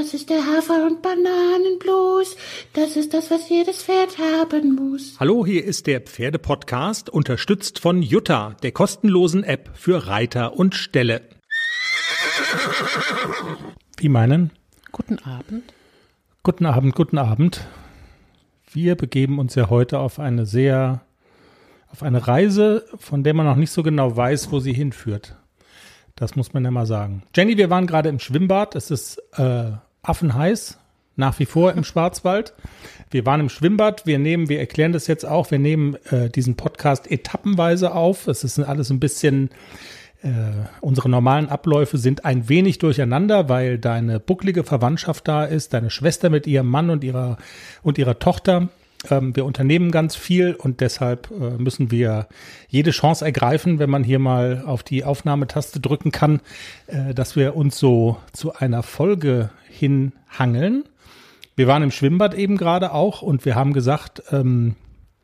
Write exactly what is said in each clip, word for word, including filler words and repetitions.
Das ist der Hafer- und Bananenblues. Das ist das, was jedes Pferd haben muss. Hallo, hier ist der Pferde-Podcast, unterstützt von Jutta, der kostenlosen App für Reiter und Ställe. Wie meinen? Guten Abend. Guten Abend, guten Abend. Wir begeben uns ja heute auf eine sehr, auf eine Reise, von der man noch nicht so genau weiß, wo sie hinführt. Das muss man ja mal sagen. Jenny, wir waren gerade im Schwimmbad. Es ist äh, affenheiß, nach wie vor im Schwarzwald. Wir waren im Schwimmbad. Wir nehmen, wir erklären das jetzt auch, wir nehmen äh, diesen Podcast etappenweise auf. Es ist alles ein bisschen, äh, unsere normalen Abläufe sind ein wenig durcheinander, weil deine bucklige Verwandtschaft da ist, deine Schwester mit ihrem Mann und ihrer, und ihrer Tochter. Ähm, wir unternehmen ganz viel und deshalb äh, müssen wir jede Chance ergreifen, wenn man hier mal auf die Aufnahmetaste drücken kann, äh, dass wir uns so zu einer Folge hinhangeln. Wir waren im Schwimmbad eben gerade auch und wir haben gesagt, ähm,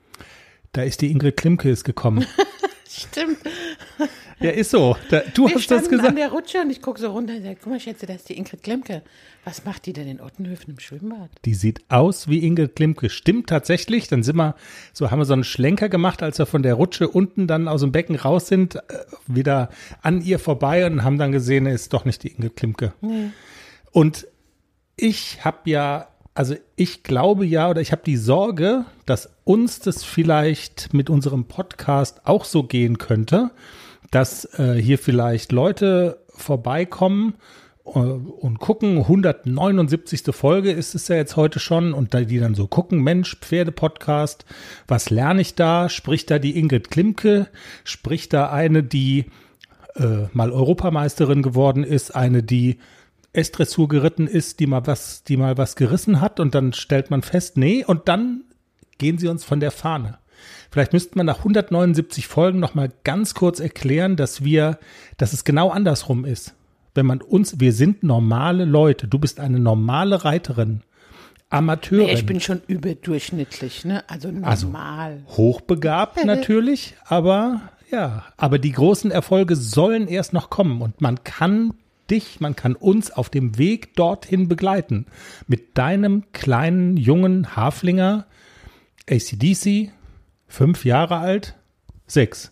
da ist die Ingrid Klimke ist gekommen. Stimmt. Ja, ist so. Da, du Wir hast das standen gesagt. an der Rutsche und ich gucke so runter und sage, guck mal Schätze, das ist die Ingrid Klimke. Was macht die denn in Ottenhöfen im Schwimmbad? Die sieht aus wie Ingrid Klimke. Stimmt tatsächlich. Dann sind wir, so haben wir so einen Schlenker gemacht, als wir von der Rutsche unten dann aus dem Becken raus sind, äh, wieder an ihr vorbei und haben dann gesehen, es ist doch nicht die Ingrid Klimke. Nee. Und ich habe ja, also ich glaube ja, oder ich habe die Sorge, dass uns das vielleicht mit unserem Podcast auch so gehen könnte, dass äh, hier vielleicht Leute vorbeikommen äh, und gucken, hundertneunundsiebzigste Folge ist es ja jetzt heute schon, und da die dann so gucken, Mensch, Pferde-Podcast, was lerne ich da? Spricht da die Ingrid Klimke? Spricht da eine, die äh, mal Europameisterin geworden ist, eine, die S-Dressur geritten ist, die mal was, die mal was gerissen hat, und dann stellt man fest, nee, und dann gehen sie uns von der Fahne. Vielleicht müsste man nach hundertneunundsiebzig Folgen noch mal ganz kurz erklären, dass wir, dass es genau andersrum ist. Wenn man uns, wir sind normale Leute. Du bist eine normale Reiterin, Amateurin. Ja, ich bin schon überdurchschnittlich, ne? Also normal. Also hochbegabt natürlich, aber ja, aber die großen Erfolge sollen erst noch kommen und man kann dich, man kann uns auf dem Weg dorthin begleiten. Mit deinem kleinen, jungen Haflinger, A C D C, fünf Jahre alt, sechs.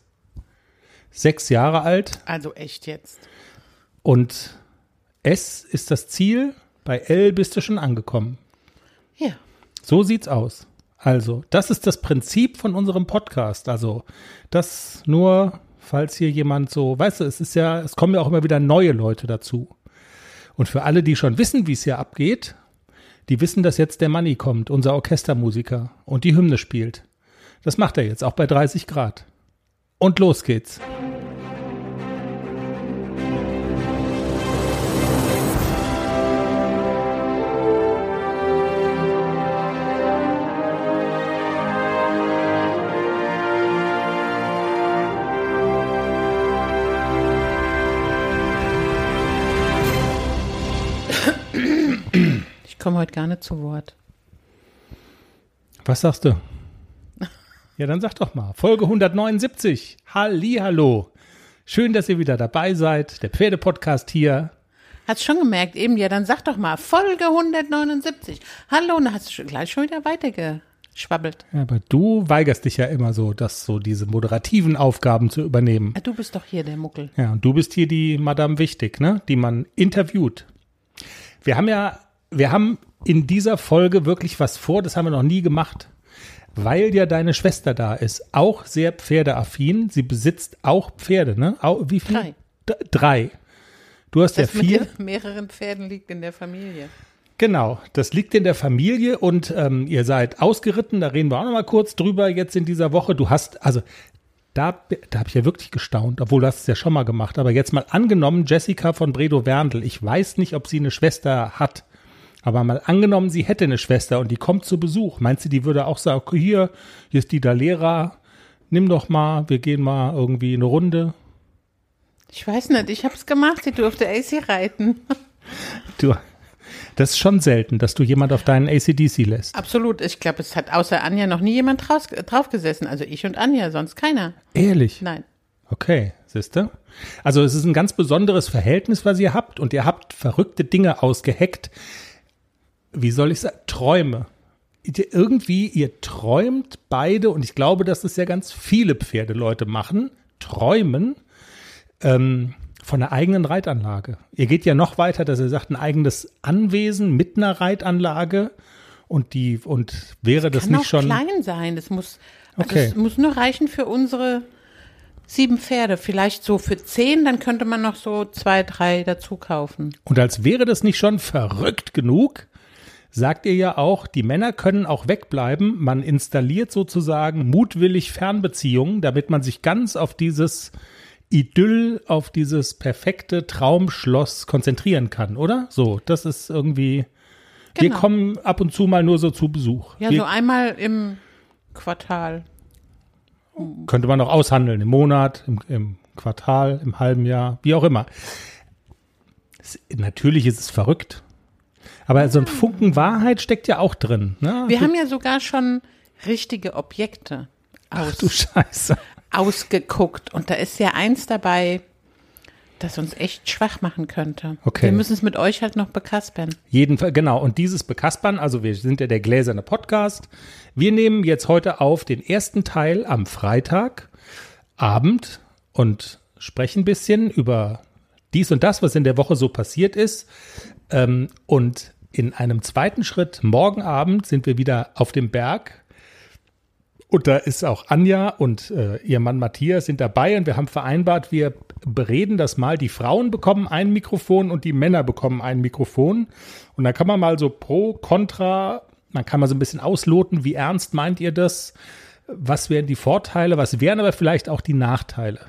Sechs Jahre alt. Also echt jetzt. Und S ist das Ziel, bei L bist du schon angekommen. Ja. So sieht's aus. Also, das ist das Prinzip von unserem Podcast. Also, das nur, falls hier jemand so, weißt du, es ist ja, es kommen ja auch immer wieder neue Leute dazu. Und für alle, die schon wissen, wie es hier abgeht, die wissen, dass jetzt der Manni kommt, unser Orchestermusiker, und die Hymne spielt. Das macht er jetzt, auch bei dreißig Grad. Und los geht's. Ich komme heute gar nicht zu Wort. Was sagst du? Ja, dann sag doch mal. Folge hundertneunundsiebzig. Hallihallo. Schön, dass ihr wieder dabei seid. Der Pferde-Podcast hier. Hast schon gemerkt, eben, ja, dann sag doch mal, Folge hundertneunundsiebzig. Hallo, und dann hast du schon, gleich schon wieder weitergeschwabbelt. Ja, aber du weigerst dich ja immer so, das so diese moderativen Aufgaben zu übernehmen. Ah, du bist doch hier der Muckel. Ja, und du bist hier die Madame Wichtig, ne? Die man interviewt. Wir haben ja, wir haben in dieser Folge wirklich was vor, das haben wir noch nie gemacht. Weil ja deine Schwester da ist, auch sehr pferdeaffin. Sie besitzt auch Pferde, ne? Au, wie viele? Drei. D- drei. Du hast Das ja vier. mit den mehreren Pferden liegt in der Familie. Genau, das liegt in der Familie und ähm, ihr seid ausgeritten, da reden wir auch noch mal kurz drüber jetzt in dieser Woche. Du hast, also da, da habe ich ja wirklich gestaunt, obwohl du hast es ja schon mal gemacht, aber jetzt mal angenommen, Jessica von Bredow-Werndl, ich weiß nicht, ob sie eine Schwester hat, aber mal angenommen, sie hätte eine Schwester und die kommt zu Besuch. Meinst du, die würde auch sagen, okay, hier, hier ist die Dalera, nimm doch mal, wir gehen mal irgendwie eine Runde. Ich weiß nicht, ich habe es gemacht, sie durfte A C reiten. Du, das ist schon selten, dass du jemand auf deinen A C D C lässt. Absolut, ich glaube, es hat außer Anja noch nie jemand draus, drauf gesessen. Also ich und Anja, sonst keiner. Ehrlich? Nein. Okay, siehste. Also es ist ein ganz besonderes Verhältnis, was ihr habt und ihr habt verrückte Dinge ausgeheckt. wie soll ich sagen, Träume. Irgendwie, ihr träumt beide, und ich glaube, dass das ja ganz viele Pferdeleute machen, träumen ähm, von einer eigenen Reitanlage. Ihr geht ja noch weiter, dass ihr sagt, ein eigenes Anwesen mit einer Reitanlage, und die, und wäre das, das nicht schon. Kann auch klein sein, das muss, also Okay. es muss nur reichen für unsere sieben Pferde, vielleicht so für zehn, dann könnte man noch so zwei, drei dazu kaufen. Und als wäre das nicht schon verrückt genug, sagt ihr ja auch, die Männer können auch wegbleiben. Man installiert sozusagen mutwillig Fernbeziehungen, damit man sich ganz auf dieses Idyll, auf dieses perfekte Traumschloss konzentrieren kann, oder? So, das ist irgendwie, wir Genau. kommen ab und zu mal nur so zu Besuch. Ja, wir, so einmal im Quartal. Könnte man auch aushandeln, im Monat, im, im Quartal, im halben Jahr, wie auch immer. Es, natürlich ist es verrückt. Aber so ein Funken Wahrheit steckt ja auch drin. Ne? Wir du, haben ja sogar schon richtige Objekte ach aus, du Scheiße. ausgeguckt. Und da ist ja eins dabei, das uns echt schwach machen könnte. Okay. Wir müssen es mit euch halt noch bekaspern. Jedenfalls, genau. Und dieses Bekaspern, also wir sind ja der gläserne Podcast. Wir nehmen jetzt heute auf den ersten Teil am Freitagabend und sprechen ein bisschen über dies und das, was in der Woche so passiert ist. Ähm, und in einem zweiten Schritt, morgen Abend, sind wir wieder auf dem Berg. Und da ist auch Anja und äh, ihr Mann Matthias sind dabei, und wir haben vereinbart, wir bereden das mal. Die Frauen bekommen ein Mikrofon und die Männer bekommen ein Mikrofon. Und dann kann man mal so pro, contra, man kann mal so ein bisschen ausloten, wie ernst meint ihr das? Was wären die Vorteile, was wären aber vielleicht auch die Nachteile?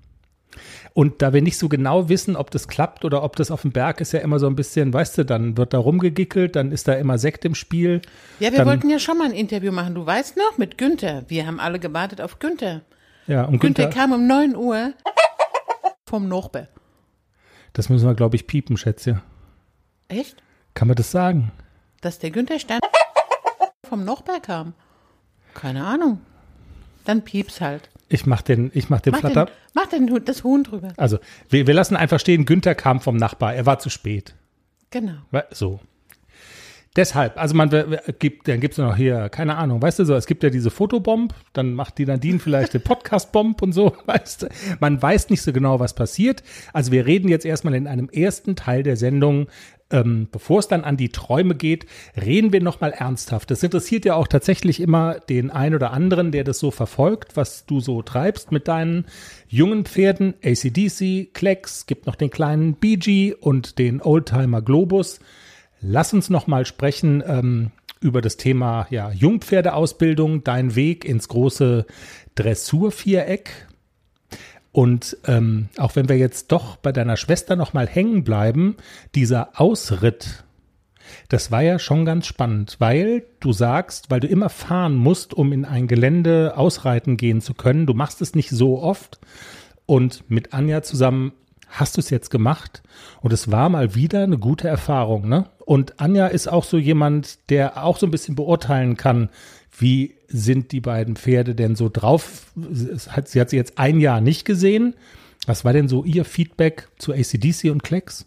Und da wir nicht so genau wissen, ob das klappt oder ob das auf dem Berg ist, ja immer so ein bisschen, weißt du, dann wird da rumgegickelt, dann ist da immer Sekt im Spiel. Ja, wir dann, wollten ja schon mal ein Interview machen. Du weißt noch, mit Günther. Wir haben alle gewartet auf Günther. Ja, und Günther, Günther, kam um neun Uhr vom Nachbar. das müssen wir, glaube ich, piepen, Schätzchen. Echt? Kann man das sagen? Dass der Günther Stein vom Nachbar kam? Keine Ahnung. Dann pieps halt. Ich mach den, ich mach den Mach, Flatter. den, mach den, Huhn- das Huhn drüber. Also, wir, wir lassen einfach stehen, Günther kam vom Nachbar, er war zu spät. Genau. We- So. Deshalb, also man w- w- gibt, dann gibt's noch hier, keine Ahnung, weißt du so, es gibt ja diese Fotobomb, dann macht die Nadine vielleicht den Podcast-Bomb und so, weißt du. Man weiß nicht so genau, was passiert. Also wir reden jetzt erstmal in einem ersten Teil der Sendung, ähm, bevor es dann an die Träume geht, reden wir nochmal ernsthaft. Das interessiert ja auch tatsächlich immer den ein oder anderen, der das so verfolgt, was du so treibst mit deinen jungen Pferden. A C D C, Klecks, gibt noch den kleinen B G und den Oldtimer Globus. Lass uns noch mal sprechen ähm, über das Thema ja, Jungpferdeausbildung, dein Weg ins große Dressurviereck. Und ähm, auch wenn wir jetzt doch bei deiner Schwester noch mal hängen bleiben, dieser Ausritt, das war ja schon ganz spannend, weil du sagst, weil du immer fahren musst, um in ein Gelände ausreiten gehen zu können. Du machst es nicht so oft, und mit Anja zusammen hast du es jetzt gemacht, und es war mal wieder eine gute Erfahrung, ne? Und Anja ist auch so jemand, der auch so ein bisschen beurteilen kann, wie sind die beiden Pferde denn so drauf? Es hat, sie hat sie jetzt ein Jahr nicht gesehen. Was war denn so ihr Feedback zu A C D C und Klecks?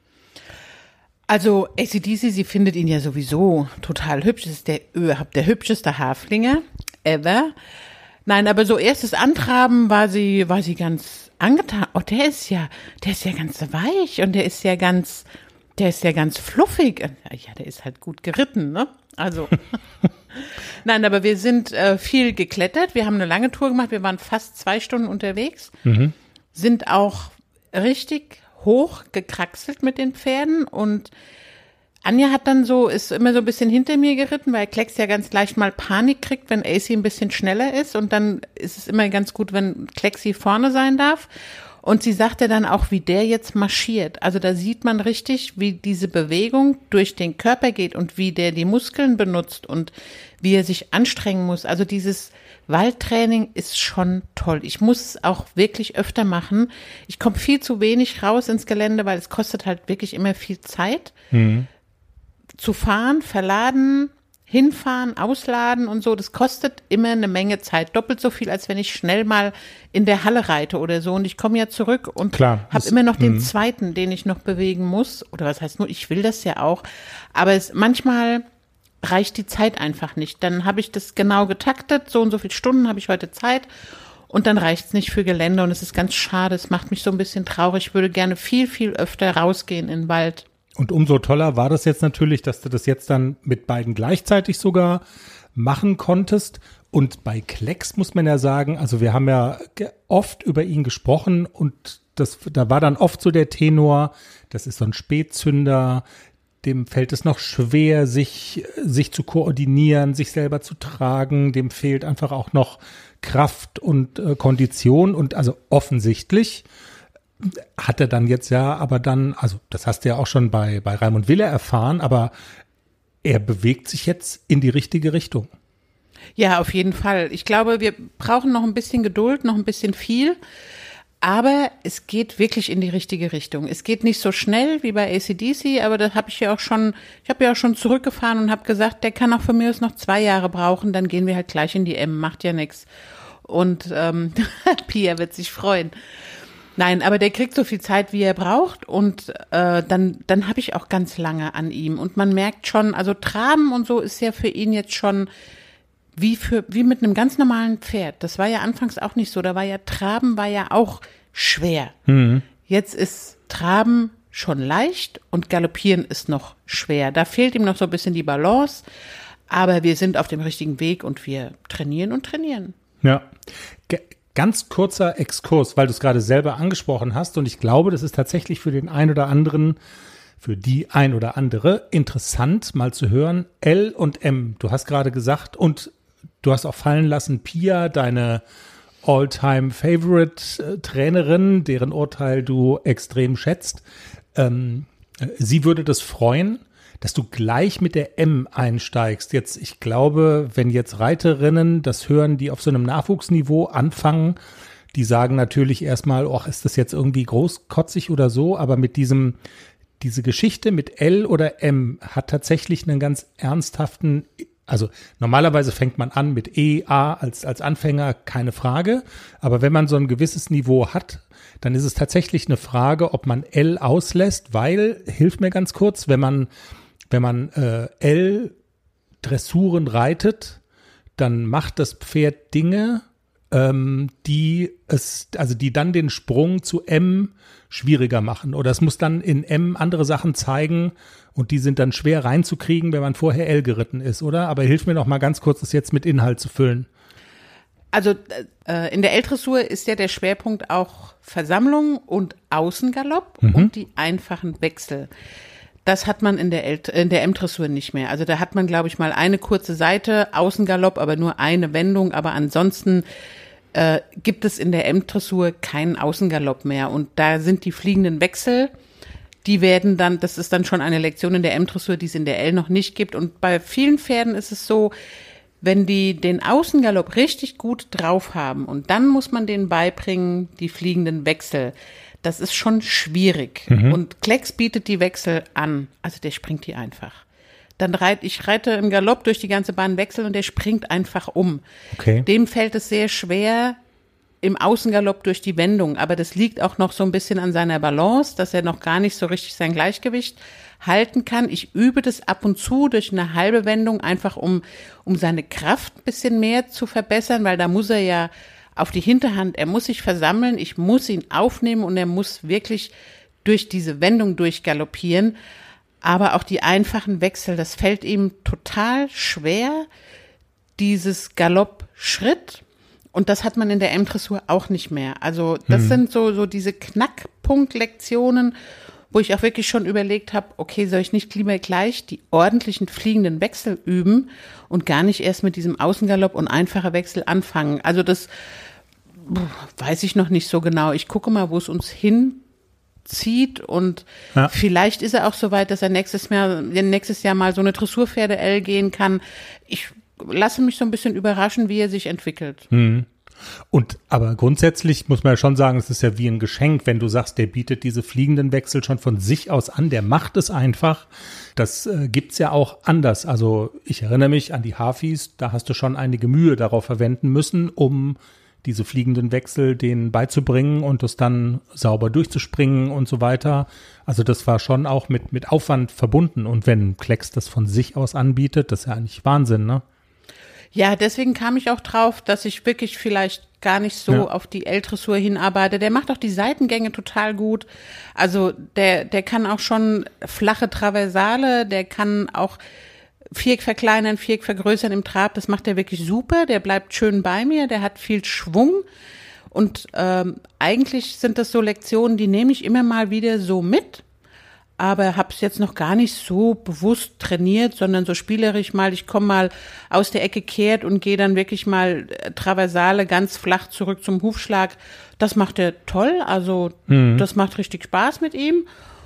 Also A C D C, sie findet ihn ja sowieso total hübsch. Das ist der überhaupt der hübscheste Haflinger ever. Nein, aber so erstes Antraben war sie, war sie ganz angetan. Oh, der ist ja, der ist ja ganz weich, und der ist ja ganz, der ist ja ganz fluffig. Ja, der ist halt gut geritten, ne? Also. Nein, aber wir sind äh, viel geklettert. Wir haben eine lange Tour gemacht. Wir waren fast zwei Stunden unterwegs. Mhm. Sind auch richtig hoch gekraxelt mit den Pferden, und Anja hat dann so, ist immer so ein bisschen hinter mir geritten, weil Klecks ja ganz leicht mal Panik kriegt, wenn A C ein bisschen schneller ist, und dann ist es immer ganz gut, wenn Klecksi vorne sein darf. Und sie sagte dann auch, wie der jetzt marschiert. Also da sieht man richtig, wie diese Bewegung durch den Körper geht und wie der die Muskeln benutzt und wie er sich anstrengen muss. Also dieses Waldtraining ist schon toll. Ich muss es auch wirklich öfter machen. Ich komme viel zu wenig raus ins Gelände, weil es kostet halt wirklich immer viel Zeit. Mhm. Zu fahren, verladen, hinfahren, ausladen und so, das kostet immer eine Menge Zeit. Doppelt so viel, als wenn ich schnell mal in der Halle reite oder so. Und ich komme ja zurück und habe immer noch den zweiten, den ich noch bewegen muss. Oder was heißt nur, ich will das ja auch. Aber es manchmal reicht die Zeit einfach nicht. Dann habe ich das genau getaktet, so und so viele Stunden habe ich heute Zeit. Und dann reicht es nicht für Gelände und es ist ganz schade. Es macht mich so ein bisschen traurig. Ich würde gerne viel, viel öfter rausgehen in den Wald. Und umso toller war das jetzt natürlich, dass du das jetzt dann mit beiden gleichzeitig sogar machen konntest. Und bei Klecks muss man ja sagen, also wir haben ja oft über ihn gesprochen und das, da war dann oft so der Tenor, das ist so ein Spätzünder, dem fällt es noch schwer, sich, sich zu koordinieren, sich selber zu tragen, dem fehlt einfach auch noch Kraft und äh, Kondition und also offensichtlich hat er dann jetzt ja, aber dann, also das hast du ja auch schon bei, bei Raimund Wille erfahren, aber er bewegt sich jetzt in die richtige Richtung. Ja, auf jeden Fall. Ich glaube, wir brauchen noch ein bisschen Geduld, noch ein bisschen viel, aber es geht wirklich in die richtige Richtung. Es geht nicht so schnell wie bei A C D C, aber das habe ich ja auch schon, ich habe ja auch schon zurückgefahren und habe gesagt, der kann auch von mir aus noch zwei Jahre brauchen, dann gehen wir halt gleich in die M, macht ja nichts. Und ähm, Pia wird sich freuen. Nein, aber der kriegt so viel Zeit, wie er braucht und äh, dann dann habe ich auch ganz lange an ihm und man merkt schon, also Traben und so ist ja für ihn jetzt schon wie für wie mit einem ganz normalen Pferd. Das war ja anfangs auch nicht so, da war ja Traben war ja auch schwer. Mhm. Jetzt ist Traben schon leicht und Galoppieren ist noch schwer. Da fehlt ihm noch so ein bisschen die Balance, aber wir sind auf dem richtigen Weg und wir trainieren und trainieren. Ja. Ge- Ganz kurzer Exkurs, weil du es gerade selber angesprochen hast und ich glaube, das ist tatsächlich für den ein oder anderen, für die ein oder andere interessant mal zu hören, L und M, du hast gerade gesagt und du hast auch fallen lassen, Pia, deine All-Time-Favorite-Trainerin, deren Urteil du extrem schätzt, ähm, sie würde das freuen, dass du gleich mit der M einsteigst. Jetzt, ich glaube, wenn jetzt Reiterinnen das hören, die auf so einem Nachwuchsniveau anfangen, die sagen natürlich erstmal, ach, ist das jetzt irgendwie großkotzig oder so, aber mit diesem, diese Geschichte mit L oder M hat tatsächlich einen ganz ernsthaften, also normalerweise fängt man an mit E, A als, als Anfänger, keine Frage, aber wenn man so ein gewisses Niveau hat, dann ist es tatsächlich eine Frage, ob man L auslässt, weil, hilf mir ganz kurz, wenn man Wenn man äh, L-Dressuren reitet, dann macht das Pferd Dinge, ähm, die es, also die dann den Sprung zu M schwieriger machen. Oder es muss dann in M andere Sachen zeigen und die sind dann schwer reinzukriegen, wenn man vorher L geritten ist, oder? Aber hilf mir noch mal ganz kurz, das jetzt mit Inhalt zu füllen. Also äh, in der L-Dressur ist ja der Schwerpunkt auch Versammlung und Außengalopp mhm. und die einfachen Wechsel. Das hat man in der, L- in der M-Dressur nicht mehr. Also da hat man, glaube ich, mal eine kurze Seite, Außengalopp, aber nur eine Wendung. Aber ansonsten äh, gibt es in der M-Dressur keinen Außengalopp mehr. Und da sind die fliegenden Wechsel, die werden dann, das ist dann schon eine Lektion in der M-Dressur, die es in der L noch nicht gibt. Und bei vielen Pferden ist es so, wenn die den Außengalopp richtig gut drauf haben und dann muss man denen beibringen, die fliegenden Wechsel. Das ist schon schwierig. Mhm. Und Klecks bietet die Wechsel an. Also der springt die einfach. Dann reite ich reite im Galopp durch die ganze Bahn Wechsel und der springt einfach um. Okay. Dem fällt es sehr schwer im Außengalopp durch die Wendung. Aber das liegt auch noch so ein bisschen an seiner Balance, dass er noch gar nicht so richtig sein Gleichgewicht halten kann. Ich übe das ab und zu durch eine halbe Wendung, einfach um, um seine Kraft ein bisschen mehr zu verbessern, weil da muss er ja auf die Hinterhand, er muss sich versammeln, ich muss ihn aufnehmen und er muss wirklich durch diese Wendung durchgaloppieren. Aber auch die einfachen Wechsel, das fällt ihm total schwer, dieses Galopp-Schritt. Und das hat man in der M-Dressur auch nicht mehr. Also das hm. sind so, so diese Knackpunkt-Lektionen, wo ich auch wirklich schon überlegt habe, okay, soll ich nicht lieber gleich die ordentlichen fliegenden Wechsel üben und gar nicht erst mit diesem Außengalopp und einfacher Wechsel anfangen. Also das weiß ich noch nicht so genau. Ich gucke mal, wo es uns hinzieht und ja. Vielleicht ist er auch so weit, dass er nächstes Jahr, nächstes Jahr mal so eine Dressurpferde-L gehen kann. Ich lasse mich so ein bisschen überraschen, wie er sich entwickelt. Hm. Und aber grundsätzlich muss man ja schon sagen, es ist ja wie ein Geschenk, wenn du sagst, der bietet diese fliegenden Wechsel schon von sich aus an, der macht es einfach. Das äh, gibt's ja auch anders. Also ich erinnere mich an die Hafis, da hast du schon einige Mühe darauf verwenden müssen, um diese fliegenden Wechsel denen beizubringen und das dann sauber durchzuspringen und so weiter. Also das war schon auch mit, mit Aufwand verbunden. Und wenn Klecks das von sich aus anbietet, das ist ja eigentlich Wahnsinn, ne? Ja, deswegen kam ich auch drauf, dass ich wirklich vielleicht gar nicht so ja. auf die L-Dressur hinarbeite. Der macht auch die Seitengänge total gut. Also der, der kann auch schon flache Traversale, der kann auch Viereck verkleinern, Viereck vergrößern im Trab. Das macht er wirklich super. Der bleibt schön bei mir, der hat viel Schwung. Und ähm, eigentlich sind das so Lektionen, die nehme ich immer mal wieder so mit. Aber habe es jetzt noch gar nicht so bewusst trainiert, sondern so spielerisch mal, ich komme mal aus der Ecke kehrt und gehe dann wirklich mal Traversale ganz flach zurück zum Hufschlag. Das macht er toll, also mhm. das macht richtig Spaß mit ihm.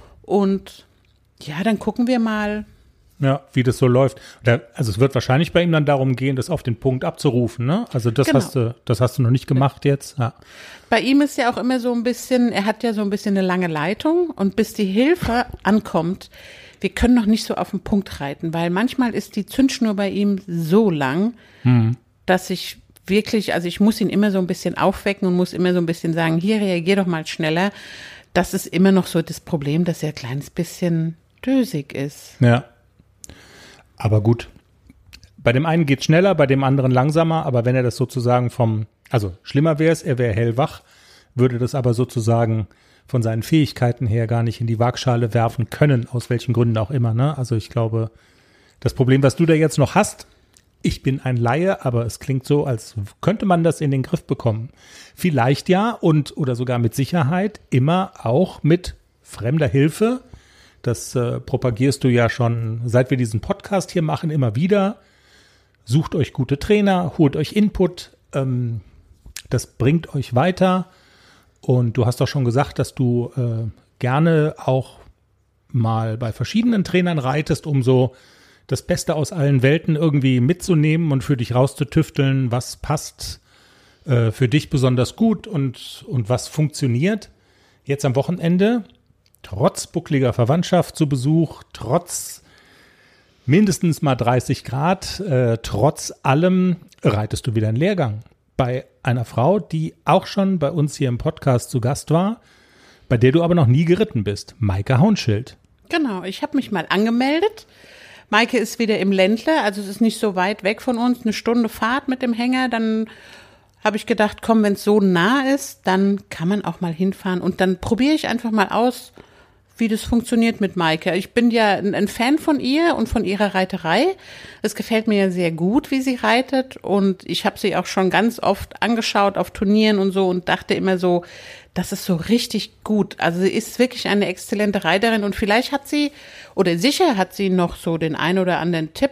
Und ja, dann gucken wir mal. Ja, wie das so läuft. Also es wird wahrscheinlich bei ihm dann darum gehen, das auf den Punkt abzurufen, ne? Also das genau. hast du, das hast du noch nicht gemacht jetzt. Ja. Bei ihm ist ja auch immer so ein bisschen, er hat ja so ein bisschen eine lange Leitung und bis die Hilfe ankommt, wir können noch nicht so auf den Punkt reiten, weil manchmal ist die Zündschnur bei ihm so lang, hm. dass ich wirklich, also ich muss ihn immer so ein bisschen aufwecken und muss immer so ein bisschen sagen, hier reagier doch mal schneller. Das ist immer noch so das Problem, dass er ein kleines bisschen dösig ist. Ja. Aber gut, bei dem einen geht es schneller, bei dem anderen langsamer, aber wenn er das sozusagen vom, also schlimmer wäre es, er wäre hellwach, würde das aber sozusagen von seinen Fähigkeiten her gar nicht in die Waagschale werfen können, aus welchen Gründen auch immer, ne? Also ich glaube, das Problem, was du da jetzt noch hast, ich bin ein Laie, aber es klingt so, als könnte man das in den Griff bekommen. Vielleicht ja und oder sogar mit Sicherheit immer auch mit fremder Hilfe. Das äh, propagierst du ja schon, seit wir diesen Podcast hier machen, immer wieder. Sucht euch gute Trainer, holt euch Input. Ähm, das bringt euch weiter. Und du hast doch schon gesagt, dass du äh, gerne auch mal bei verschiedenen Trainern reitest, um so das Beste aus allen Welten irgendwie mitzunehmen und für dich rauszutüfteln, was passt äh, für dich besonders gut und, und was funktioniert. Jetzt am Wochenende, trotz buckliger Verwandtschaft zu Besuch, trotz mindestens mal dreißig Grad, äh, trotz allem reitest du wieder einen Lehrgang bei einer Frau, die auch schon bei uns hier im Podcast zu Gast war, bei der du aber noch nie geritten bist, Maike Haunschild. Genau, ich habe mich mal angemeldet. Maike ist wieder im Ländle, also es ist nicht so weit weg von uns, eine Stunde Fahrt mit dem Hänger, dann habe ich gedacht, komm, wenn es so nah ist, dann kann man auch mal hinfahren und dann probiere ich einfach mal aus, wie das funktioniert mit Maike. Ich bin ja ein, ein Fan von ihr und von ihrer Reiterei. Es gefällt mir ja sehr gut, wie sie reitet und ich habe sie auch schon ganz oft angeschaut auf Turnieren und so und dachte immer so, das ist so richtig gut. Also sie ist wirklich eine exzellente Reiterin und vielleicht hat sie, oder sicher hat sie noch so den ein oder anderen Tipp.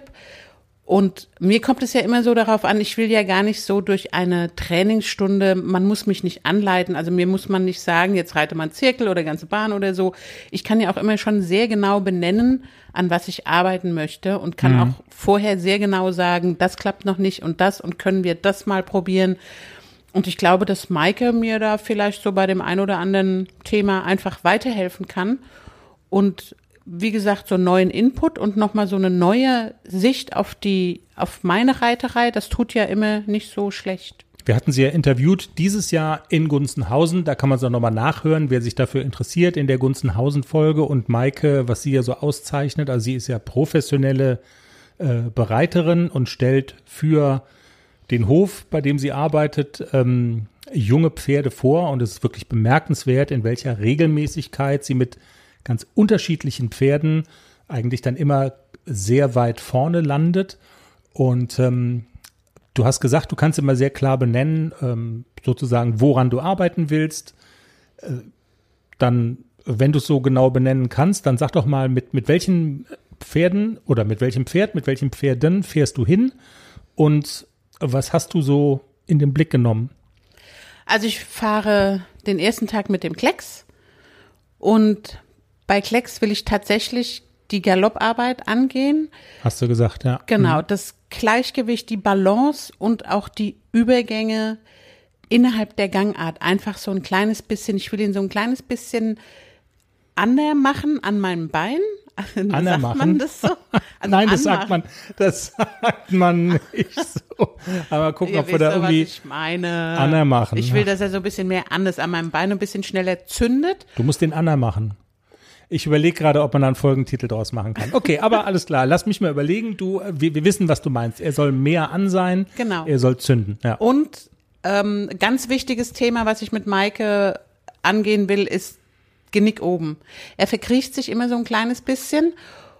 Und mir kommt es ja immer so darauf an, ich will ja gar nicht so durch eine Trainingsstunde, man muss mich nicht anleiten, also mir muss man nicht sagen, jetzt reite man Zirkel oder ganze Bahn oder so. Ich kann ja auch immer schon sehr genau benennen, an was ich arbeiten möchte und kann mhm. auch vorher sehr genau sagen, das klappt noch nicht und das und können wir das mal probieren. Und ich glaube, dass Maike mir da vielleicht so bei dem ein oder anderen Thema einfach weiterhelfen kann und wie gesagt, so einen neuen Input und nochmal so eine neue Sicht auf die, auf meine Reiterei, das tut ja immer nicht so schlecht. Wir hatten sie ja interviewt dieses Jahr in Gunzenhausen, da kann man es auch nochmal nachhören, wer sich dafür interessiert in der Gunzenhausen-Folge und Maike, was sie ja so auszeichnet, also sie ist ja professionelle äh, Bereiterin und stellt für den Hof, bei dem sie arbeitet, ähm, junge Pferde vor und es ist wirklich bemerkenswert, in welcher Regelmäßigkeit sie mit ganz unterschiedlichen Pferden eigentlich dann immer sehr weit vorne landet. Und ähm, du hast gesagt, du kannst immer sehr klar benennen, ähm, sozusagen, woran du arbeiten willst. Äh, dann, wenn du es so genau benennen kannst, dann sag doch mal, mit, mit welchen Pferden oder mit welchem Pferd, mit welchen Pferden fährst du hin und was hast du so in den Blick genommen? Also ich fahre den ersten Tag mit dem Klecks und bei Klecks will ich tatsächlich die Galopparbeit angehen. Hast du gesagt, ja. Genau, das Gleichgewicht, die Balance und auch die Übergänge innerhalb der Gangart einfach so ein kleines bisschen, ich will ihn so ein kleines bisschen ander machen an meinem Bein. Ander sagt machen? man das so? Also Nein, das anmachen. sagt man, das sagt man nicht so. Aber gucken, Ihr ob wir da wisst doch, was irgendwie ich meine. Anna machen. Ich will, dass er so ein bisschen mehr anders an meinem Bein ein bisschen schneller zündet. Du musst den Anna machen. Ich überlege gerade, ob man da einen Folgentitel draus machen kann. Okay, aber alles klar. Lass mich mal überlegen. Du, wir, wir wissen, was du meinst. Er soll mehr an sein. Genau. Er soll zünden. Ja. Und ähm, ganz wichtiges Thema, was ich mit Maike angehen will, ist Genick oben. Er verkriecht sich immer so ein kleines bisschen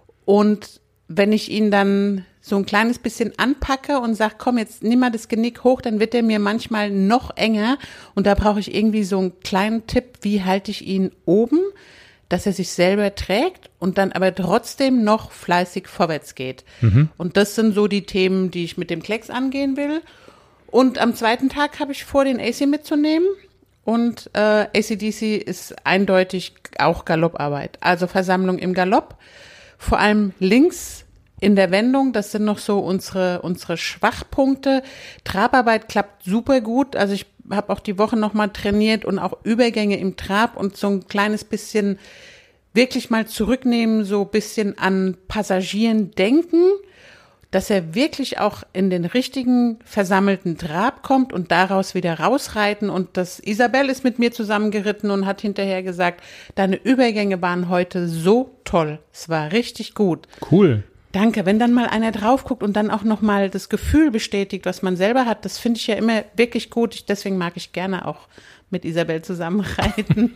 und wenn ich ihn dann so ein kleines bisschen anpacke und sage, komm, jetzt nimm mal das Genick hoch, dann wird er mir manchmal noch enger und da brauche ich irgendwie so einen kleinen Tipp, wie halte ich ihn oben, dass er sich selber trägt und dann aber trotzdem noch fleißig vorwärts geht. Mhm. Und das sind so die Themen, die ich mit dem Klecks angehen will. Und am zweiten Tag habe ich vor, den A C mitzunehmen. Und äh, A C D C ist eindeutig auch Galopparbeit, also Versammlung im Galopp, vor allem links in der Wendung, das sind noch so unsere unsere Schwachpunkte. Trabarbeit klappt super gut, also ich habe auch die Woche nochmal trainiert und auch Übergänge im Trab und so ein kleines bisschen wirklich mal zurücknehmen, so ein bisschen an Passagieren denken, dass er wirklich auch in den richtigen versammelten Trab kommt und daraus wieder rausreiten. Und das Isabel ist mit mir zusammengeritten und hat hinterher gesagt, deine Übergänge waren heute so toll. Es war richtig gut. Cool. Danke. Wenn dann mal einer drauf guckt und dann auch nochmal das Gefühl bestätigt, was man selber hat, das finde ich ja immer wirklich gut. Ich, deswegen mag ich gerne auch mit Isabel zusammenreiten.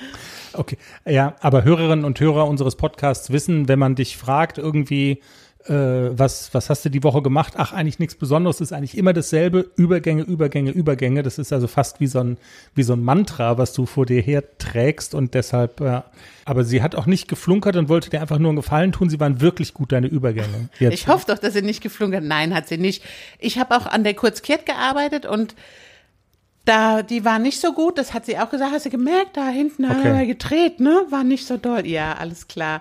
Okay. Ja, aber Hörerinnen und Hörer unseres Podcasts wissen, wenn man dich fragt irgendwie, Was, was hast du die Woche gemacht? Ach, eigentlich nichts Besonderes, ist eigentlich immer dasselbe. Übergänge, Übergänge, Übergänge. Das ist also fast wie so ein, wie so ein Mantra, was du vor dir her trägst und deshalb, ja. Aber sie hat auch nicht geflunkert und wollte dir einfach nur einen Gefallen tun. Sie waren wirklich gut, deine Übergänge. Jetzt. Ich hoffe doch, dass sie nicht geflunkert. Nein, hat sie nicht. Ich habe auch an der Kurzkehrt gearbeitet und da, die war nicht so gut. Das hat sie auch gesagt. Hast du gemerkt, da hinten okay. Hat er gedreht, ne? War nicht so doll. Ja, alles klar.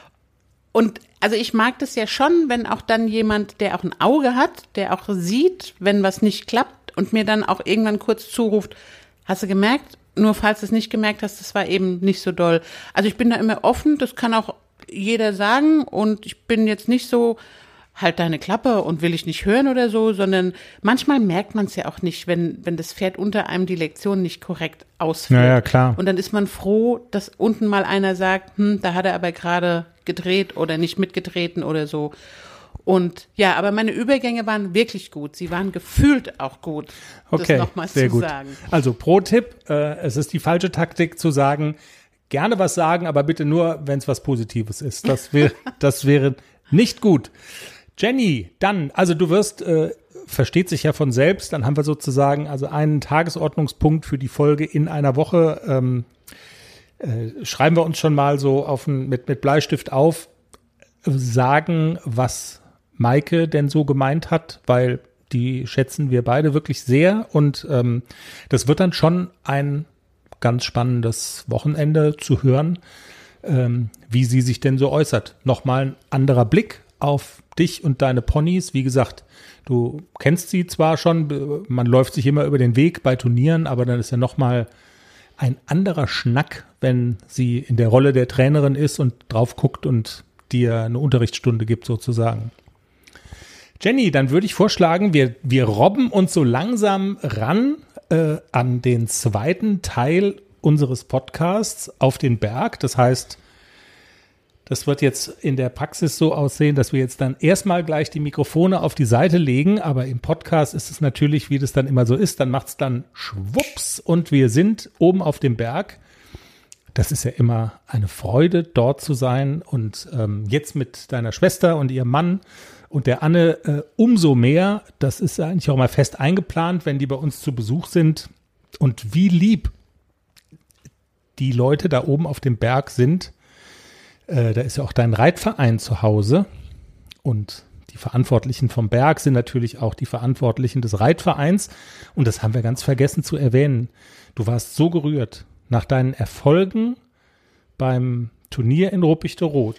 Und also ich mag das ja schon, wenn auch dann jemand, der auch ein Auge hat, der auch sieht, wenn was nicht klappt und mir dann auch irgendwann kurz zuruft, hast du gemerkt? Nur falls du es nicht gemerkt hast, das war eben nicht so doll. Also ich bin da immer offen, das kann auch jeder sagen und ich bin jetzt nicht so, halt deine Klappe und will ich nicht hören oder so, sondern manchmal merkt man es ja auch nicht, wenn wenn das Pferd unter einem die Lektion nicht korrekt ausführt. Ja, ja, klar. Und dann ist man froh, dass unten mal einer sagt, hm, da hat er aber gerade gedreht oder nicht mitgetreten oder so. Und ja, aber meine Übergänge waren wirklich gut. Sie waren gefühlt auch gut, okay, das nochmal sehr zu gut. sagen. Also Pro-Tipp, äh, es ist die falsche Taktik zu sagen, gerne was sagen, aber bitte nur, wenn es was Positives ist. Das wäre das wäre nicht gut. Jenny, dann, also du wirst, äh, versteht sich ja von selbst, dann haben wir sozusagen also einen Tagesordnungspunkt für die Folge in einer Woche. Ähm, äh, schreiben wir uns schon mal so auf ein, mit, mit Bleistift auf, sagen, was Maike denn so gemeint hat, weil die schätzen wir beide wirklich sehr und ähm, das wird dann schon ein ganz spannendes Wochenende zu hören, ähm, wie sie sich denn so äußert. Nochmal ein anderer Blick auf dich und deine Ponys. Wie gesagt, du kennst sie zwar schon, man läuft sich immer über den Weg bei Turnieren, aber dann ist ja nochmal ein anderer Schnack, wenn sie in der Rolle der Trainerin ist und drauf guckt und dir eine Unterrichtsstunde gibt sozusagen. Jenny, dann würde ich vorschlagen, wir, wir robben uns so langsam ran äh, an den zweiten Teil unseres Podcasts auf den Berg. Das heißt, das wird jetzt in der Praxis so aussehen, dass wir jetzt dann erstmal gleich die Mikrofone auf die Seite legen, aber im Podcast ist es natürlich, wie das dann immer so ist, dann macht es dann schwupps und wir sind oben auf dem Berg. Das ist ja immer eine Freude, dort zu sein und ähm, jetzt mit deiner Schwester und ihrem Mann und der Anne äh, umso mehr. Das ist eigentlich auch mal fest eingeplant, wenn die bei uns zu Besuch sind und wie lieb die Leute da oben auf dem Berg sind. Äh, da ist ja auch dein Reitverein zu Hause und die Verantwortlichen vom Berg sind natürlich auch die Verantwortlichen des Reitvereins und das haben wir ganz vergessen zu erwähnen. Du warst so gerührt nach deinen Erfolgen beim Turnier in Ruppichteroth.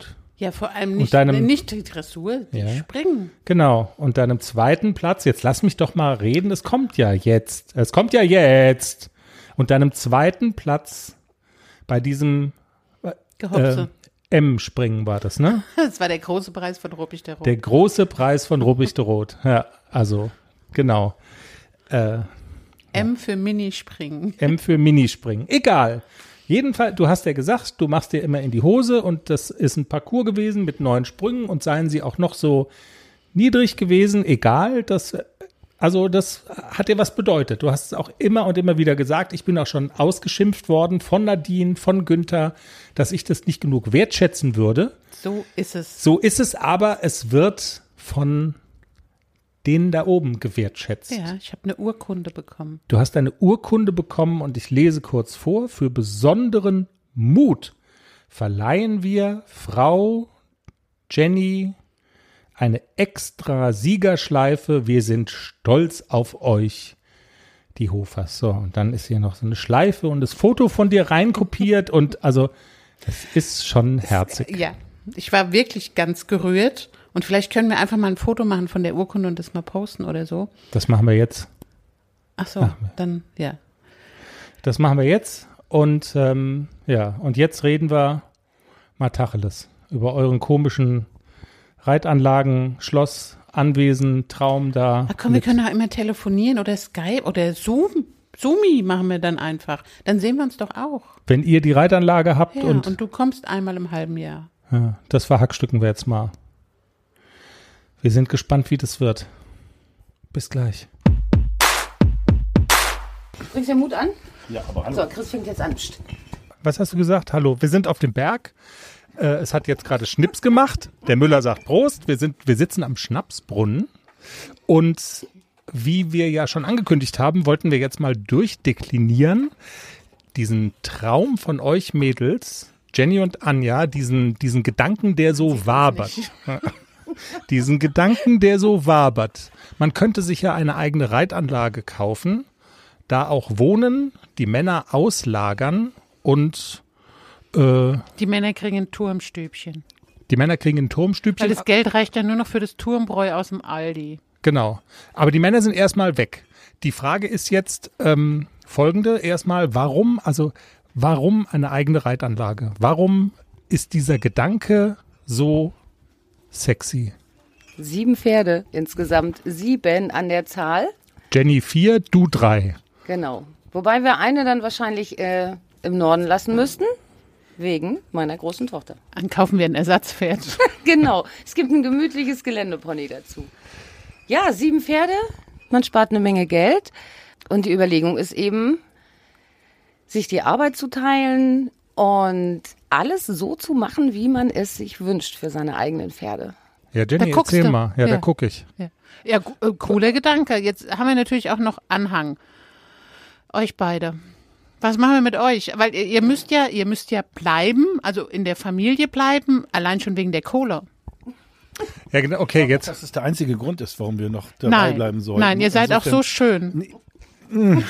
Ja, vor allem nicht, deinem, nicht die Dressur, die ja, springen. Genau. Und deinem zweiten Platz, jetzt lass mich doch mal reden, es kommt ja jetzt. Es kommt ja jetzt. Und deinem zweiten Platz bei diesem Gehopse. Äh, M-Springen war das, ne? Das war der große Preis von Ruppig der Rot. Der große Preis von Ruppig der Rot. Ja, also, genau. Äh, M für Minispringen. M für Minispringen. Egal. Jedenfalls, du hast ja gesagt, du machst dir immer in die Hose und das ist ein Parcours gewesen mit neun Sprüngen und seien sie auch noch so niedrig gewesen, egal, das, also das hat dir was bedeutet. Du hast es auch immer und immer wieder gesagt, ich bin auch schon ausgeschimpft worden von Nadine, von Günther, dass ich das nicht genug wertschätzen würde. So ist es. So ist es, aber es wird von denen da oben gewertschätzt. Ja, ich habe eine Urkunde bekommen. Du hast eine Urkunde bekommen und ich lese kurz vor. Für besonderen Mut verleihen wir Frau Jenny eine extra Siegerschleife. Wir sind stolz auf euch, die Hofers. So, und dann ist hier noch so eine Schleife und das Foto von dir reinkopiert und also, das ist schon herzig. Ja, ich war wirklich ganz gerührt. Und vielleicht können wir einfach mal ein Foto machen von der Urkunde und das mal posten oder so. Das machen wir jetzt. Ach so, Ach, dann, ja. Das machen wir jetzt. Und ähm, ja, und jetzt reden wir mal Tacheles über euren komischen Reitanlagen, Schloss, Anwesen, Traum da. Ach komm, wir können auch immer telefonieren oder Skype oder Zoom. Zoomi machen wir dann einfach. Dann sehen wir uns doch auch. Wenn ihr die Reitanlage habt Ja, und, und du kommst einmal im halben Jahr. Ja, das verhackstücken wir jetzt mal. Wir sind gespannt, wie das wird. Bis gleich. Bringst du den Mut an? Ja, aber hallo. So, Chris fängt jetzt an. Psst. Was hast du gesagt? Hallo, wir sind auf dem Berg. Äh, es hat jetzt gerade Schnips gemacht. Der Müller sagt Prost. Wir sind, wir sitzen am Schnapsbrunnen. Und wie wir ja schon angekündigt haben, wollten wir jetzt mal durchdeklinieren. Diesen Traum von euch Mädels, Jenny und Anja, diesen, diesen Gedanken, der so wabert. Diesen Gedanken, der so wabert. Man könnte sich ja eine eigene Reitanlage kaufen, da auch wohnen, die Männer auslagern und äh, Die Männer kriegen ein Turmstübchen. die Männer kriegen ein Turmstübchen. Weil das Geld reicht ja nur noch für das Turmbräu aus dem Aldi. Genau. Aber die Männer sind erstmal weg. Die Frage ist jetzt ähm, folgende. Erstmal, warum, also warum eine eigene Reitanlage? Warum ist dieser Gedanke so sexy? Sieben Pferde, insgesamt sieben an der Zahl. Jenny vier, du drei. Genau. Wobei wir eine dann wahrscheinlich äh, im Norden lassen müssten, wegen meiner großen Tochter. Dann kaufen wir ein Ersatzpferd. Genau. Es gibt ein gemütliches Geländepony dazu. Ja, sieben Pferde, man spart eine Menge Geld. Und die Überlegung ist eben, sich die Arbeit zu teilen und alles so zu machen, wie man es sich wünscht für seine eigenen Pferde. Ja, Jenny, Da guckst erzähl du. mal. Ja, Ja. da gucke ich. Ja, ja gu- äh, cooler Gedanke. Jetzt haben wir natürlich auch noch Anhang. Euch beide. Was machen wir mit euch? Weil ihr, ihr müsst ja, ihr müsst ja bleiben, also in der Familie bleiben, allein schon wegen der Kohle. Ja, genau. Okay, jetzt. Das ist der einzige Grund ist, warum wir noch dabei Nein, bleiben sollen. nein, ihr seid auch so Insofern- schön.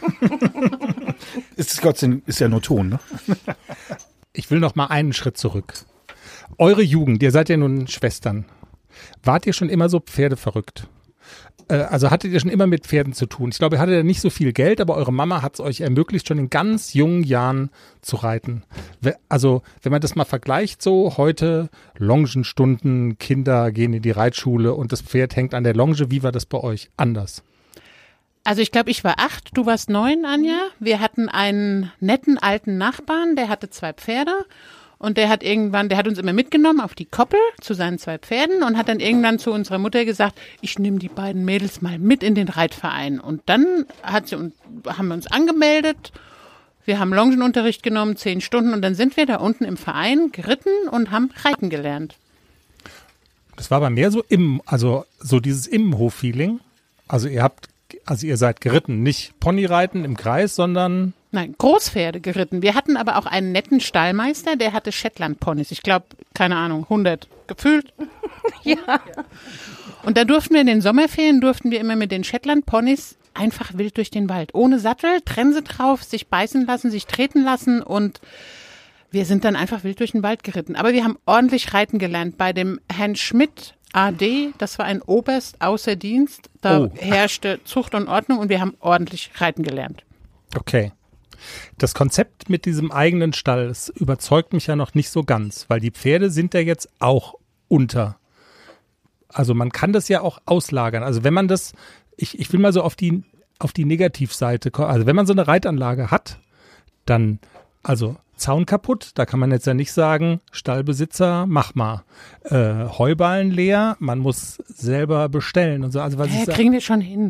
Ist, Gott sei Dank- ist ja nur Ton, ne? Ich will noch mal einen Schritt zurück. Eure Jugend, ihr seid ja nun Schwestern. Wart ihr schon immer so pferdeverrückt? Äh, also hattet ihr schon immer mit Pferden zu tun? Ich glaube, ihr hattet ja nicht so viel Geld, aber eure Mama hat es euch ermöglicht, schon in ganz jungen Jahren zu reiten. We- Also, wenn man das mal vergleicht, so heute Longenstunden, Kinder gehen in die Reitschule und das Pferd hängt an der Longe. Wie war das bei euch? Anders. Also ich glaube, ich war acht, du warst neun, Anja. Wir hatten einen netten alten Nachbarn, der hatte zwei Pferde und der hat irgendwann, der hat uns immer mitgenommen auf die Koppel zu seinen zwei Pferden und hat dann irgendwann zu unserer Mutter gesagt, ich nehme die beiden Mädels mal mit in den Reitverein. Und dann hat sie, und haben wir uns angemeldet, wir haben Longenunterricht genommen, zehn Stunden und dann sind wir da unten im Verein geritten und haben reiten gelernt. Das war aber mehr so im, also so dieses Immenhof-Feeling. Also ihr habt, also ihr seid geritten, nicht Ponyreiten im Kreis, sondern Nein, Großpferde geritten. Wir hatten aber auch einen netten Stallmeister, der hatte Shetland-Ponys. Ich glaube, keine Ahnung, hundert gefühlt. Ja. Und da durften wir in den Sommerferien, durften wir immer mit den Shetland-Ponys einfach wild durch den Wald. Ohne Sattel, Trense drauf, sich beißen lassen, sich treten lassen und Wir sind dann einfach wild durch den Wald geritten. Aber wir haben ordentlich reiten gelernt. Bei dem Herrn Schmidt A D, das war ein Oberst außer Dienst. Da Oh. herrschte Zucht und Ordnung und wir haben ordentlich reiten gelernt. Okay. Das Konzept mit diesem eigenen Stall, das überzeugt mich ja noch nicht so ganz, weil die Pferde sind ja jetzt auch unter. Also man kann das ja auch auslagern. Also wenn man das, ich, ich will mal so auf die, auf die Negativseite kommen. Also wenn man so eine Reitanlage hat, dann, also Zaun kaputt, da kann man jetzt ja nicht sagen, Stallbesitzer, mach mal. Äh, Heuballen leer, man muss selber bestellen und so. Also was Hä, ich sag, kriegen wir schon hin.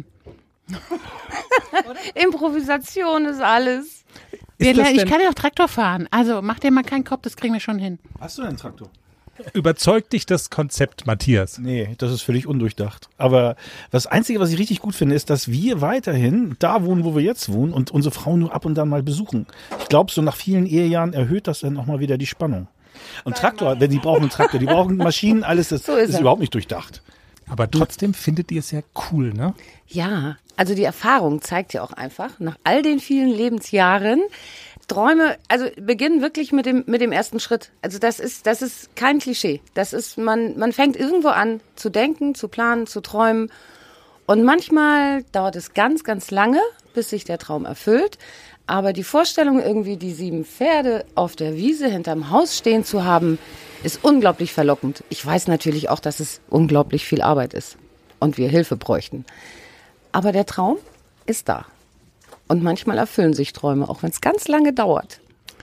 Improvisation ist alles. Wir, ist das ich denn- kann ja auch Traktor fahren. Also mach dir mal keinen Kopf, das kriegen wir schon hin. Hast du einen Traktor? Überzeugt dich das Konzept, Matthias? Nee, das ist völlig undurchdacht. Aber das Einzige, was ich richtig gut finde, ist, dass wir weiterhin da wohnen, wo wir jetzt wohnen und unsere Frauen nur ab und an mal besuchen. Ich glaube, so nach vielen Ehejahren erhöht das dann auch mal wieder die Spannung. Und Traktor, wenn die brauchen einen Traktor, die brauchen Maschinen, alles, das So ist ist er. überhaupt nicht durchdacht. Aber trotzdem findet ihr es ja cool, ne? Ja, also die Erfahrung zeigt ja auch einfach, nach all den vielen Lebensjahren, Träume, also beginnen wirklich mit dem, mit dem ersten Schritt. Also das ist, das ist kein Klischee. Das ist, man, man fängt irgendwo an zu denken, zu planen, zu träumen. Und manchmal dauert es ganz, ganz lange, bis sich der Traum erfüllt. Aber die Vorstellung, irgendwie die sieben Pferde auf der Wiese hinterm Haus stehen zu haben, ist unglaublich verlockend. Ich weiß natürlich auch, dass es unglaublich viel Arbeit ist und wir Hilfe bräuchten. Aber der Traum ist da. Und manchmal erfüllen sich Träume, auch wenn es ganz lange dauert.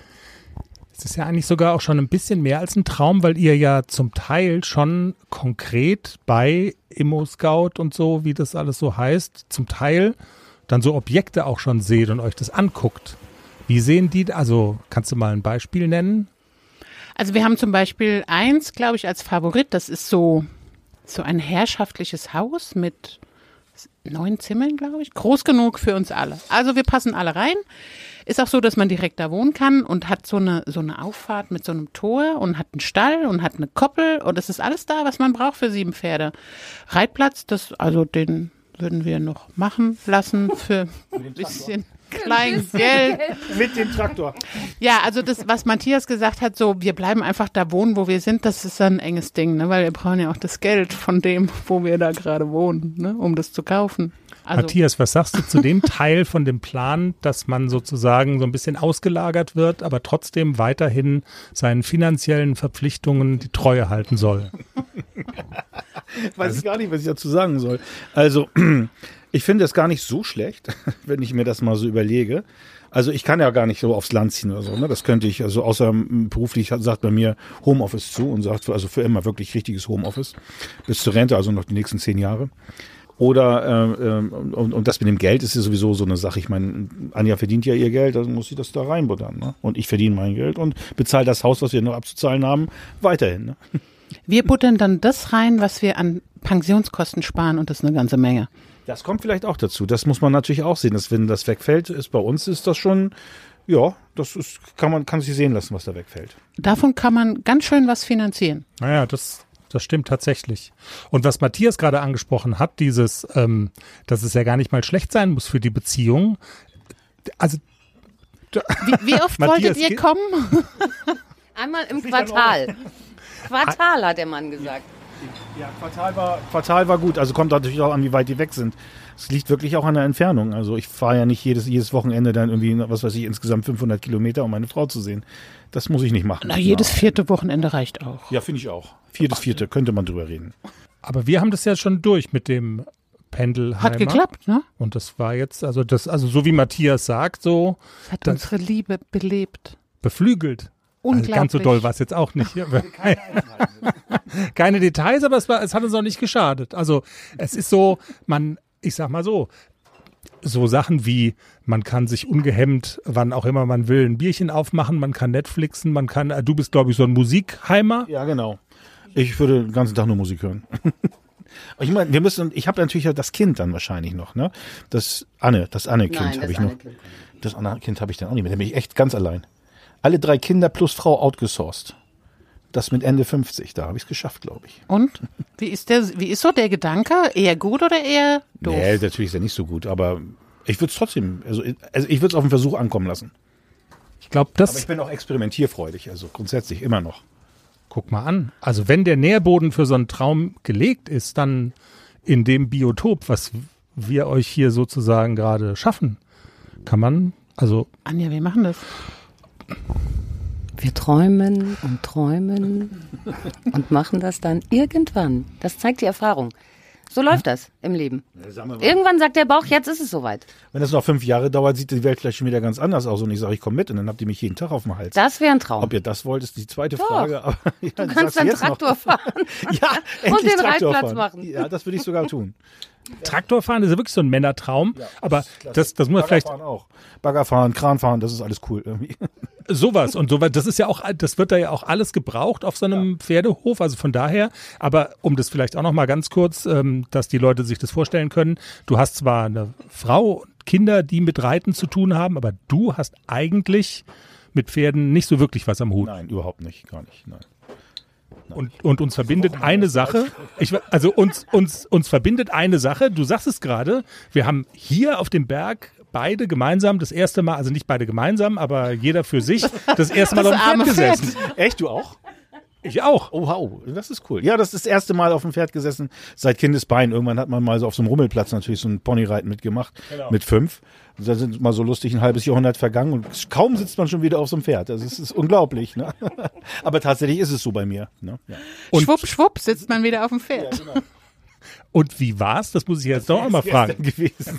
Es ist ja eigentlich sogar auch schon ein bisschen mehr als ein Traum, weil ihr ja zum Teil schon konkret bei Immo-Scout und so, wie das alles so heißt, zum Teil dann so Objekte auch schon seht und euch das anguckt. Wie sehen die, also kannst du mal ein Beispiel nennen? Also wir haben zum Beispiel eins, glaube ich, als Favorit. Das ist so, so ein herrschaftliches Haus mit neun Zimmern, glaube ich. Groß genug für uns alle. Also wir passen alle rein. Ist auch so, dass man direkt da wohnen kann und hat so eine, so eine Auffahrt mit so einem Tor und hat einen Stall und hat eine Koppel und es ist alles da, was man braucht für sieben Pferde. Reitplatz, das, also den würden wir noch machen lassen für ein bisschen klein Geld. Mit dem Traktor. Ja, also das, was Matthias gesagt hat, so wir bleiben einfach da wohnen, wo wir sind, das ist ein enges Ding, ne? Weil wir brauchen ja auch das Geld von dem, wo wir da gerade wohnen, ne? Um das zu kaufen. Also, Matthias, was sagst du zu dem Teil von dem Plan, dass man sozusagen so ein bisschen ausgelagert wird, aber trotzdem weiterhin seinen finanziellen Verpflichtungen die Treue halten soll? Weiß ich gar nicht, was ich dazu sagen soll. Also, ich finde es gar nicht so schlecht, wenn ich mir das mal so überlege. Also ich kann ja gar nicht so aufs Land ziehen oder so, ne? Das könnte ich, also außer m, beruflich sagt bei mir Homeoffice zu und sagt also für immer wirklich richtiges Homeoffice. Bis zur Rente, also noch die nächsten zehn Jahre. Oder äh, ähm, und, und das mit dem Geld ist ja sowieso so eine Sache. Ich meine, Anja verdient ja ihr Geld, also muss sie das da reinbuttern. Ne? Und ich verdiene mein Geld und bezahle das Haus, was wir noch abzuzahlen haben, weiterhin. Ne? wir buttern dann das rein, was wir an Pensionskosten sparen und das ist eine ganze Menge. Das kommt vielleicht auch dazu. Das muss man natürlich auch sehen, dass wenn das wegfällt, ist bei uns ist das schon, ja, das ist, kann man kann sich sehen lassen, was da wegfällt. Davon kann man ganz schön was finanzieren. Naja, das, das stimmt tatsächlich. Und was Matthias gerade angesprochen hat, dieses, ähm, dass es ja gar nicht mal schlecht sein muss für die Beziehung. Also Wie, wie oft Matthias, wolltet ihr geht- kommen? Einmal im Quartal. Quartal, hat der Mann gesagt. Ja, Quartal war, Quartal war gut. Also kommt natürlich auch an, wie weit die weg sind. Es liegt wirklich auch an der Entfernung. Also ich fahre ja nicht jedes, jedes Wochenende dann irgendwie, was weiß ich, insgesamt fünfhundert Kilometer, um meine Frau zu sehen. Das muss ich nicht machen. Na, jedes vierte Wochenende reicht auch. Ja, finde ich auch. Viertes, vierte, könnte man drüber reden. aber wir haben das ja schon durch mit dem Pendelheimer. Hat geklappt, ne? Und das war jetzt, also das, also so wie Matthias sagt, so Hat Das- unsere Liebe belebt. beflügelt. Also Unglaublich. ganz so doll war es jetzt auch nicht. Keine Details, aber es war, es hat uns auch nicht geschadet. Also es ist so, man, ich sag mal so, so Sachen wie, man kann sich ungehemmt, wann auch immer man will, ein Bierchen aufmachen, man kann Netflixen, man kann, äh, du bist glaube ich so ein Musikheimer. Ja, genau. Ich würde den ganzen Tag nur Musik hören. Ich meine, wir müssen, ich habe natürlich ja das Kind dann wahrscheinlich noch, ne? Das Anne, das Anne-Kind habe ich noch. Anne-Kind. Das Anne-Kind habe ich dann auch nicht mehr. Da bin ich echt ganz allein. Alle drei Kinder plus Frau outgesourced. Das mit Ende fünfzig, da habe ich es geschafft, glaube ich. Und? Wie ist der, wie ist so der Gedanke? Eher gut oder eher doof? Nee, natürlich ist er nicht so gut, aber ich würde es trotzdem, also, also ich würde es auf den Versuch ankommen lassen. glaube, Aber das, ich bin auch experimentierfreudig, also grundsätzlich immer noch. guck mal an. Also wenn der Nährboden für so einen Traum gelegt ist, dann in dem Biotop, was wir euch hier sozusagen gerade schaffen, kann man, also Anja, wir machen das. Wir träumen und träumen und machen das dann irgendwann. Das zeigt die Erfahrung. So läuft das im Leben. Irgendwann sagt der Bauch, jetzt ist es soweit. Wenn das noch fünf Jahre dauert, sieht die Welt vielleicht schon wieder ganz anders aus und ich sage, ich komme mit und dann habt ihr mich jeden Tag auf dem Hals. Das wäre ein Traum. Ob ihr das wollt, ist die zweite Doch. Frage. Aber, ja, Du kannst dann Traktor fahren Ja, und endlich den Traktor Reitplatz fahren. machen. Ja, das würde ich sogar tun. Traktorfahren ist ja wirklich so ein Männertraum, aber das, das muss man vielleicht Baggerfahren auch. Baggerfahren, Kranfahren, das ist alles cool irgendwie. sowas und sowas, das ist ja auch, das wird da ja auch alles gebraucht auf so einem Pferdehof, also von daher, aber um das vielleicht auch noch mal ganz kurz, ähm, dass die Leute sich das vorstellen können, du hast zwar eine Frau und Kinder, die mit Reiten zu tun haben, aber du hast eigentlich mit Pferden nicht so wirklich was am Hut. Nein, überhaupt nicht, gar nicht, nein. Und, und uns verbindet eine Sache, ich, also uns, uns, uns verbindet eine Sache, du sagst es gerade, wir haben hier auf dem Berg beide gemeinsam das erste Mal, also nicht beide gemeinsam, aber jeder für sich, das erste Mal Das auf dem arme Pferd gesessen. Echt, du auch? Ich auch. Oh, wow, das ist cool. Ja, das ist das erste Mal auf dem Pferd gesessen seit Kindesbein. Irgendwann hat man mal so auf so einem Rummelplatz natürlich so ein Ponyreiten mitgemacht, mit fünf. Da sind mal so lustig ein halbes Jahrhundert vergangen und kaum sitzt man schon wieder auf so einem Pferd. Also es ist unglaublich. Ne? Aber tatsächlich ist es so bei mir. Ne? Ja. Und- schwupp, schwupp, sitzt man wieder auf dem Pferd. Und wie war's? Das muss ich jetzt doch mal fragen. Gewesen.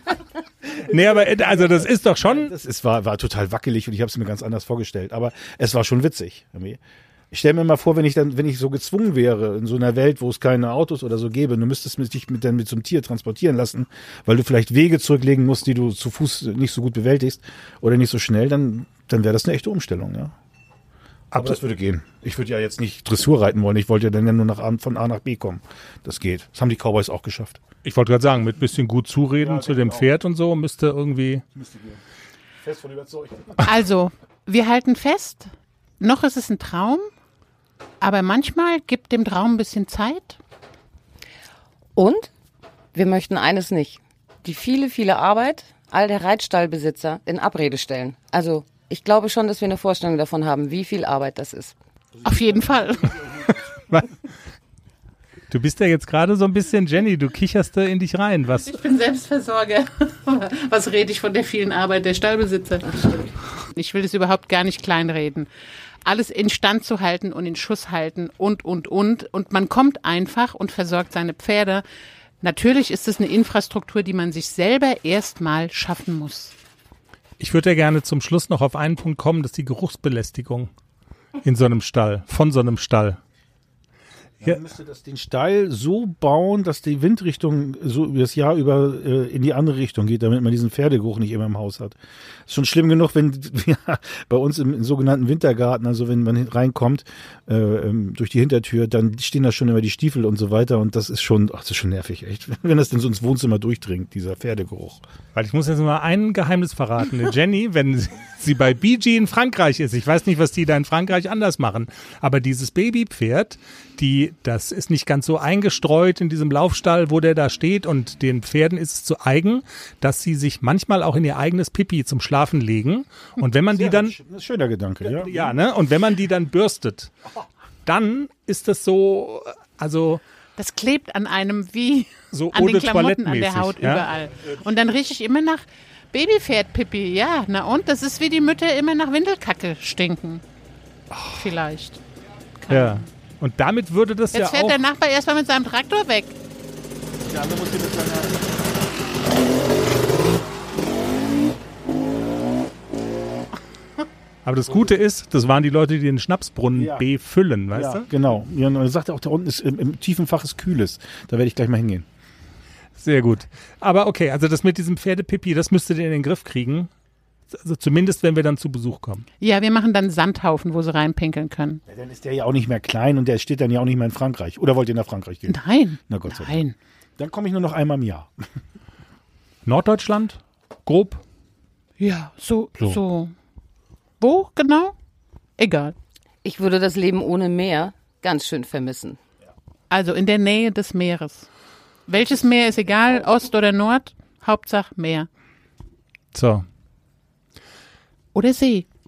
Nee, aber äh, also das ist doch schon, Das ist, war, war total wackelig und ich habe es mir ganz anders vorgestellt. Aber es war schon witzig. Irgendwie. Ich stelle mir mal vor, wenn ich dann, wenn ich so gezwungen wäre in so einer Welt, wo es keine Autos oder so gäbe, du müsstest dich mit, dann mit so einem Tier transportieren lassen, weil du vielleicht Wege zurücklegen musst, die du zu Fuß nicht so gut bewältigst oder nicht so schnell, dann, dann wäre das eine echte Umstellung, ja. Aber das würde gehen. Ich würde ja jetzt nicht Dressur reiten wollen. Ich wollte ja dann ja nur nach A, von A nach B kommen. Das geht. Das haben die Cowboys auch geschafft. ich wollte gerade sagen, mit bisschen gut zureden Ja, zu dem genau. Pferd und so müsste irgendwie, Müsste gehen. Fest von überzeugt. Also, wir halten fest, noch ist es ein Traum, aber manchmal gibt dem Traum ein bisschen Zeit. Und wir möchten eines nicht. Die viele, viele Arbeit all der Reitstallbesitzer in Abrede stellen. Also ich glaube schon, dass wir eine Vorstellung davon haben, wie viel Arbeit das ist. Auf jeden Fall. du bist ja jetzt gerade so ein bisschen, Jenny, du kicherst da in dich rein, was, Ich bin Selbstversorger. Was rede ich von der vielen Arbeit der Stallbesitzer? Ich will das überhaupt gar nicht kleinreden. Alles instand zu halten und in Schuss halten und, und, und. Und man kommt einfach und versorgt seine Pferde. Natürlich ist es eine Infrastruktur, die man sich selber erstmal schaffen muss. ich würde ja gerne zum Schluss noch auf einen Punkt kommen, das ist die Geruchsbelästigung in so einem Stall, von so einem Stall. Ja. Man müsste das den Stall so bauen, dass die Windrichtung so über das Jahr über äh, in die andere Richtung geht, damit man diesen Pferdegeruch nicht immer im Haus hat. Ist schon schlimm genug, wenn ja, bei uns im, im sogenannten Wintergarten, also wenn man reinkommt äh, ähm, durch die Hintertür, dann stehen da schon immer die Stiefel und so weiter und das ist schon, ach, das ist schon nervig, echt, wenn das denn so ins Wohnzimmer durchdringt, dieser Pferdegeruch. Weil ich muss jetzt mal ein Geheimnis verraten. Eine Jenny, wenn sie bei B G in Frankreich ist, ich weiß nicht, was die da in Frankreich anders machen, aber dieses Babypferd, die, das ist nicht ganz so eingestreut in diesem Laufstall, wo der da steht und den Pferden ist es zu eigen, dass sie sich manchmal auch in ihr eigenes Pipi zum Schlafen legen und wenn man die dann, Das ist ein schöner Gedanke, ja. ja, ne, und wenn man die dann bürstet, dann ist das so, also Das klebt an einem wie so an Eau den de Klamotten, an Toilette der Haut mäßig, ja? überall. Und dann rieche ich immer nach Babypferdpipi. Ja, na und? Das ist wie die Mütter immer nach Windelkacke stinken. Vielleicht. Ja. Und damit würde das Jetzt ja fährt auch... der Nachbar erstmal mit seinem Traktor weg. Aber das Gute ist, das waren die Leute, die den Schnapsbrunnen Ja. befüllen, weißt Ja, du? genau. Ja, und er sagte auch, da unten ist im, im tiefen Fach ist Kühles. Da werde ich gleich mal hingehen. Sehr gut. Aber okay, also das mit diesem Pferdepipi, das müsstet ihr in den Griff kriegen. Also zumindest, wenn wir dann zu Besuch kommen. Ja, wir machen dann Sandhaufen, wo sie reinpinkeln können. Ja, dann ist der ja auch nicht mehr klein und der steht dann ja auch nicht mehr in Frankreich. Oder wollt ihr nach Frankreich gehen? Nein. Na Gott sei Dank. Nein. Dann komme ich nur noch einmal im Jahr. Norddeutschland? Grob? Ja, so, So. so. Wo genau? Egal. Ich würde das Leben ohne Meer ganz schön vermissen. Also in der Nähe des Meeres. Welches Meer ist egal, Ost oder Nord? Hauptsache Meer. So. Oder See.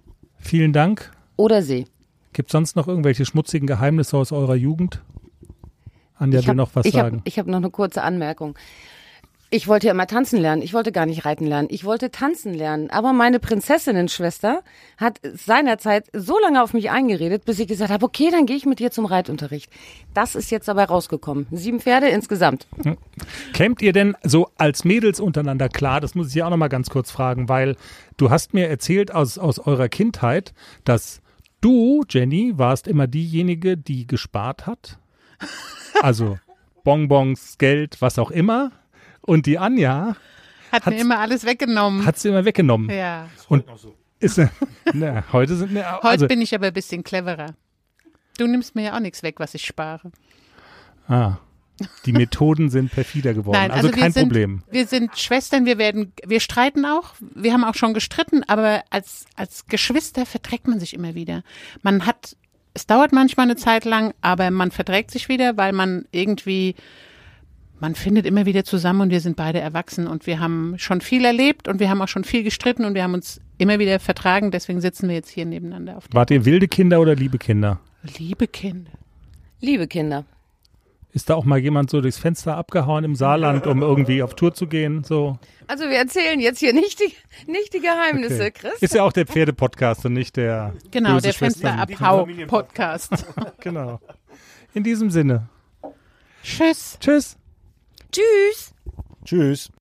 Vielen Dank. Oder See. Gibt es sonst noch irgendwelche schmutzigen Geheimnisse aus eurer Jugend? Anja Ich will hab, noch was ich sagen. Hab, ich habe noch eine kurze Anmerkung. Ich wollte ja immer tanzen lernen. Ich wollte gar nicht reiten lernen. Ich wollte tanzen lernen. Aber meine Prinzessinnenschwester hat seinerzeit so lange auf mich eingeredet, bis ich gesagt habe, okay, dann gehe ich mit dir zum Reitunterricht. Das ist jetzt dabei rausgekommen. Sieben Pferde insgesamt. Hm. Kämmt ihr denn so als Mädels untereinander klar? Das muss ich ja auch noch mal ganz kurz fragen, weil du hast mir erzählt aus, aus eurer Kindheit, dass du, Jenny, warst immer diejenige, die gespart hat. Also Bonbons, Geld, was auch immer. Und die Anja Hat mir immer alles weggenommen. hat sie immer weggenommen. Ja. Und ist, na, heute sind wir, Heute also, bin ich aber ein bisschen cleverer. Du nimmst mir ja auch nichts weg, was ich spare. ah, die Methoden sind perfider geworden. Nein, also, also, kein wir sind, Problem. Wir sind Schwestern, wir werden, wir streiten auch, wir haben auch schon gestritten, aber als, als Geschwister verträgt man sich immer wieder. Man hat, es dauert manchmal eine Zeit lang, aber man verträgt sich wieder, weil man irgendwie, man findet immer wieder zusammen und wir sind beide erwachsen und wir haben schon viel erlebt und wir haben auch schon viel gestritten und wir haben uns immer wieder vertragen, deswegen sitzen wir jetzt hier nebeneinander auf der Wart ihr wilde Kinder oder liebe Kinder? Liebe Kinder. Liebe Kinder. Ist da auch mal jemand so durchs Fenster abgehauen im Saarland, um irgendwie auf Tour zu gehen? So? Also wir erzählen jetzt hier nicht die, nicht die Geheimnisse, Okay. Chris. Ist ja auch der Pferdepodcast und nicht der Genau, böse der Schwestern- Fensterabhau-Podcast. Genau. In diesem Sinne. Tschüss. Tschüss. Tschüss. Tschüss.